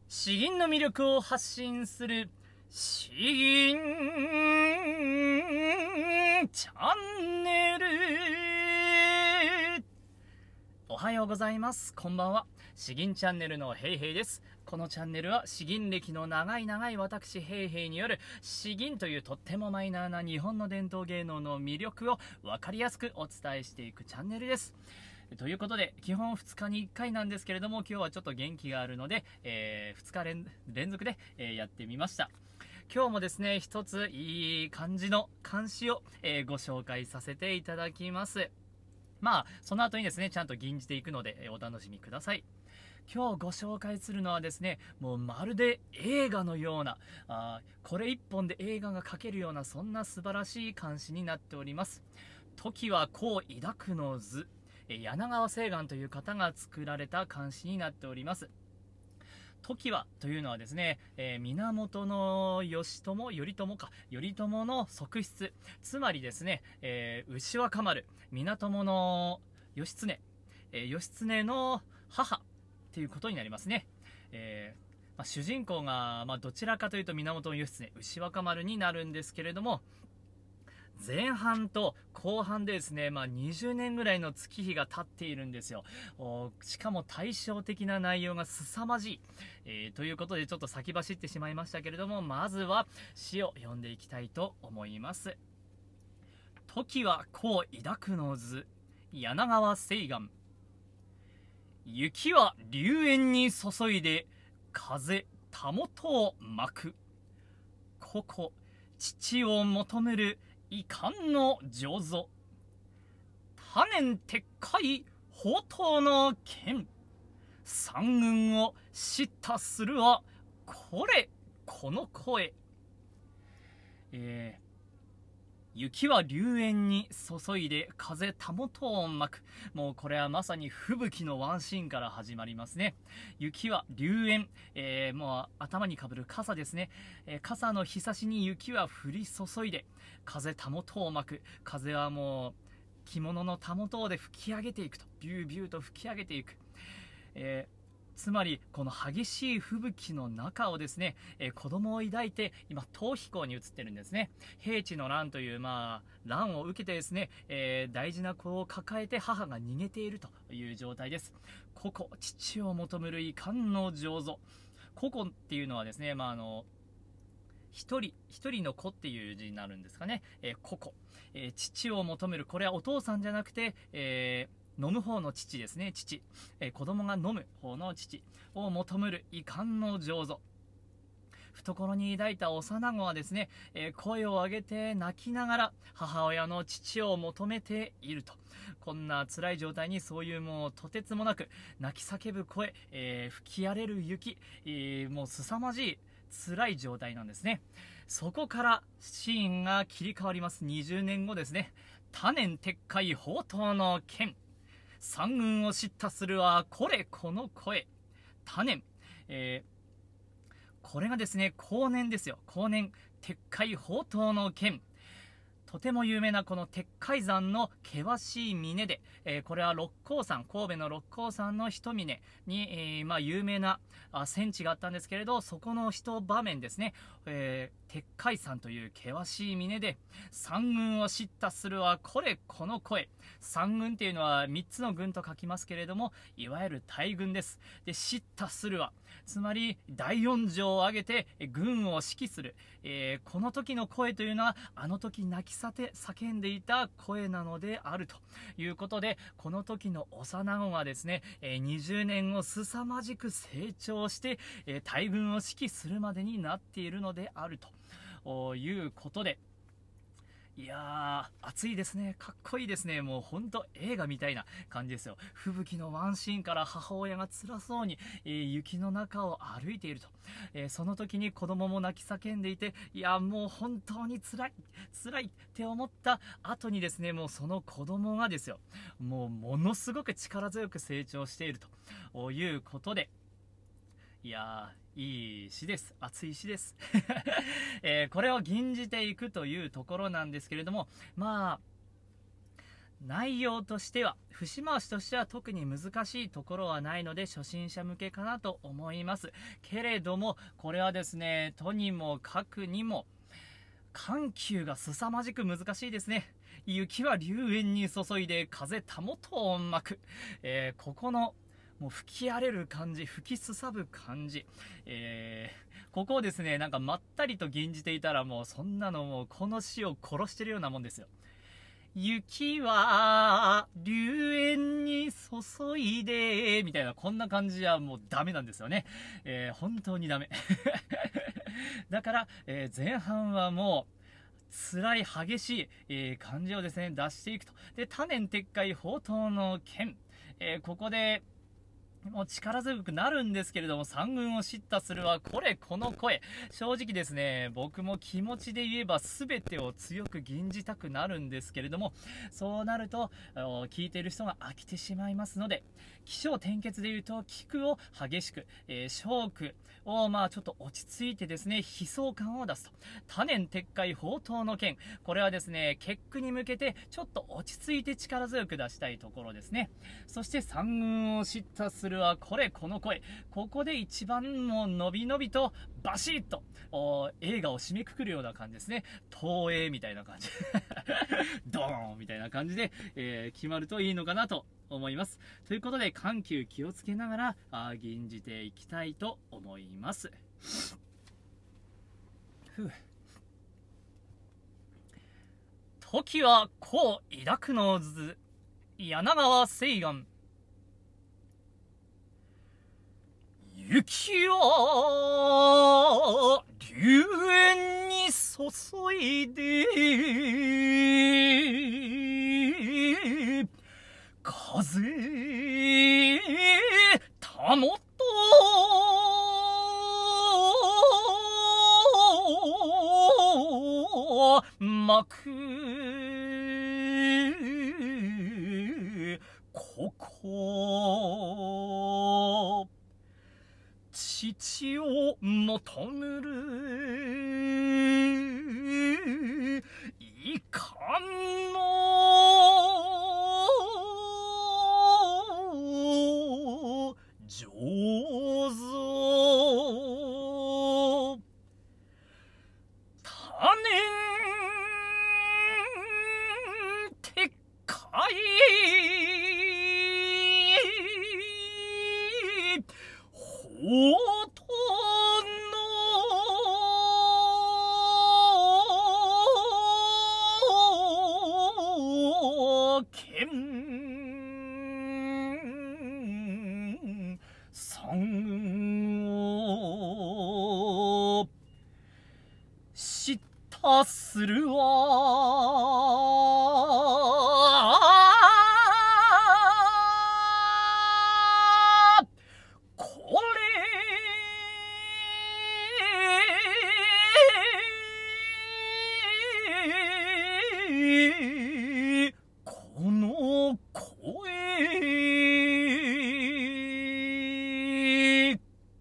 詩吟の魅力を発信する詩吟チャンネル。おはようございます。こんばんは。詩吟チャンネルのヘイヘイです。このチャンネルは詩吟歴の長い私ヘイヘイによる詩吟というとってもマイナーな日本の伝統芸能の魅力を分かりやすくお伝えしていくチャンネルです。ということで、基本2日に1回なんですけれども、今日はちょっと元気があるので、2日連続で、やってみました。今日もですね、一ついい感じの漢詩を、ご紹介させていただきます。その後にですね、ちゃんと吟じていくので、お楽しみください。今日ご紹介するのはですね、もうまるで映画のような、これ一本で映画が描けるような、そんな素晴らしい漢詩になっております。時はこう抱くの図。柳川清岸という方が作られた漢詩になっております。時はというのはですね、源頼朝の側室、つまりですね、牛若丸、源義経、義経の母ということになりますね。主人公が、どちらかというと源義経、牛若丸になるんですけれども、前半と後半でですね、20年ぐらいの月日が経っているんですよ。しかも対照的な内容が凄まじい、ということでちょっと先走ってしまいましたけれども、まずは詩を読んでいきたいと思います。時はこう抱くの図、柳川清岸。雪は流煙に注いで風たもとを巻く。ここ父を求める遺憾の醸造。多年撤回宝刀の剣。三軍を叱咤するはこの声。雪は流煙に注いで風たもとを巻く。もうこれはまさに吹雪のワンシーンから始まりますね。雪は流煙、もう頭にかぶる傘ですね。傘の日差しに雪は降り注いで風たもとを巻く。風はもう着物のたもとで吹き上げていくと、ビュービューと吹き上げていく。つまりこの激しい吹雪の中をですね、子供を抱いて今逃避行に移ってるんですね。平地の乱という乱を受けてですね、大事な子を抱えて母が逃げているという状態です。ここ父を求める遺憾の醸造。ここっていうのはですね、一人の子っていう字になるんですかね。ここ、父を求める、これはお父さんじゃなくて、飲む方の父ですね。父、子供が飲む方の父を求める遺憾の醸造。懐に抱いた幼子はですね、声を上げて泣きながら母親の父を求めていると。こんな辛い状態にそういうもうとてつもなく泣き叫ぶ声、吹き荒れる雪、もう凄まじい辛い状態なんですね。そこからシーンが切り替わります。20年後ですね。多年撤回宝刀の剣。三軍を叱咤するはこの声。多年、これがですね、後年ですよ。後年、撤回宝刀の剣。とても有名なこの鉄海山の険しい峰で、これは六甲山、神戸の六甲山の一峰に、有名な戦地があったんですけれど、そこの一場面ですね、鉄海山という険しい峰で、三軍を叱咤するはこの声。三軍っていうのは3つの軍と書きますけれども、いわゆる大軍です。で、叱咤するは、つまり大音情を上げて軍を指揮する、この時の声というのはあの時泣き叫んでいた声なのであるということで、この時の幼子がですね、20年を凄まじく成長して、大軍を指揮するまでになっているのであるということで、いやー、暑いですね。かっこいいですね。もうほんと映画みたいな感じですよ。吹雪のワンシーンから母親が辛そうに、雪の中を歩いていると。その時に子供も泣き叫んでいて、いや、もう本当に辛いって思った後にですね、もうその子供がですよ、もうものすごく力強く成長しているということで、いやー、いい詩です。熱い詩です。これを吟じていくというところなんですけれども、 内容としては、節回しとしては特に難しいところはないので初心者向けかなと思いますけれども、これはですね、とにもかくにも緩急が凄まじく難しいですね。雪は龍煙に注いで風たもとを巻く、ここのもう吹き荒れる感じ、吹きすさぶ感じ、ここをですね、なんかまったりと吟じていたら、もうそんなのもうこの詩を殺してるようなもんですよ。雪は龍煙に注いでみたいな、こんな感じはもうダメなんですよね。本当にダメだから、前半はもう辛い激しい、感じをですね出していくと。で、多年撤回宝刀の剣、ここでもう力強くなるんですけれども、三軍を叱咤するはこの声、正直ですね、僕も気持ちで言えば全てを強く吟じたくなるんですけれども、そうなると聞いている人が飽きてしまいますので、起承転結で言うと菊を激しく、小句をちょっと落ち着いてですね悲壮感を出すと。多年撤回宝刀の剣、これはですね結句に向けてちょっと落ち着いて力強く出したいところですね。そして三軍を叱咤するはこの声、ここで一番ものびのびとバシッと映画を締めくくるような感じですね。東映みたいな感じドーンみたいな感じで、決まるといいのかなと思います。ということで緩急気をつけながら吟じていきたいと思います。時はこう抱くの図、柳川清岸。雪は龍煙に注いで風たもと巻く、ここ父を求むるいかんの醸造、多年撤回宝刀の剣、三軍を叱咤するはこの声、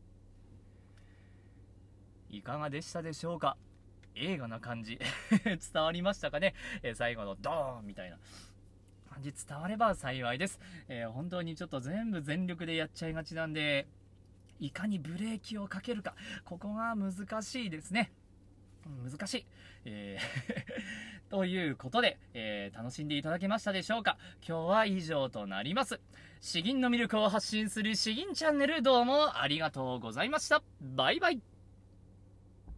いかがでしたでしょうか。映画な感じ伝わりましたかね。最後のドーンみたいな感じ伝われば幸いです。本当にちょっと全部全力でやっちゃいがちなんで、いかにブレーキをかけるか、ここが難しいですね。難しい、ということで、楽しんでいただけましたでしょうか。今日は以上となります。詩吟の魅力を発信する詩吟チャンネル、どうもありがとうございました。バイバイ。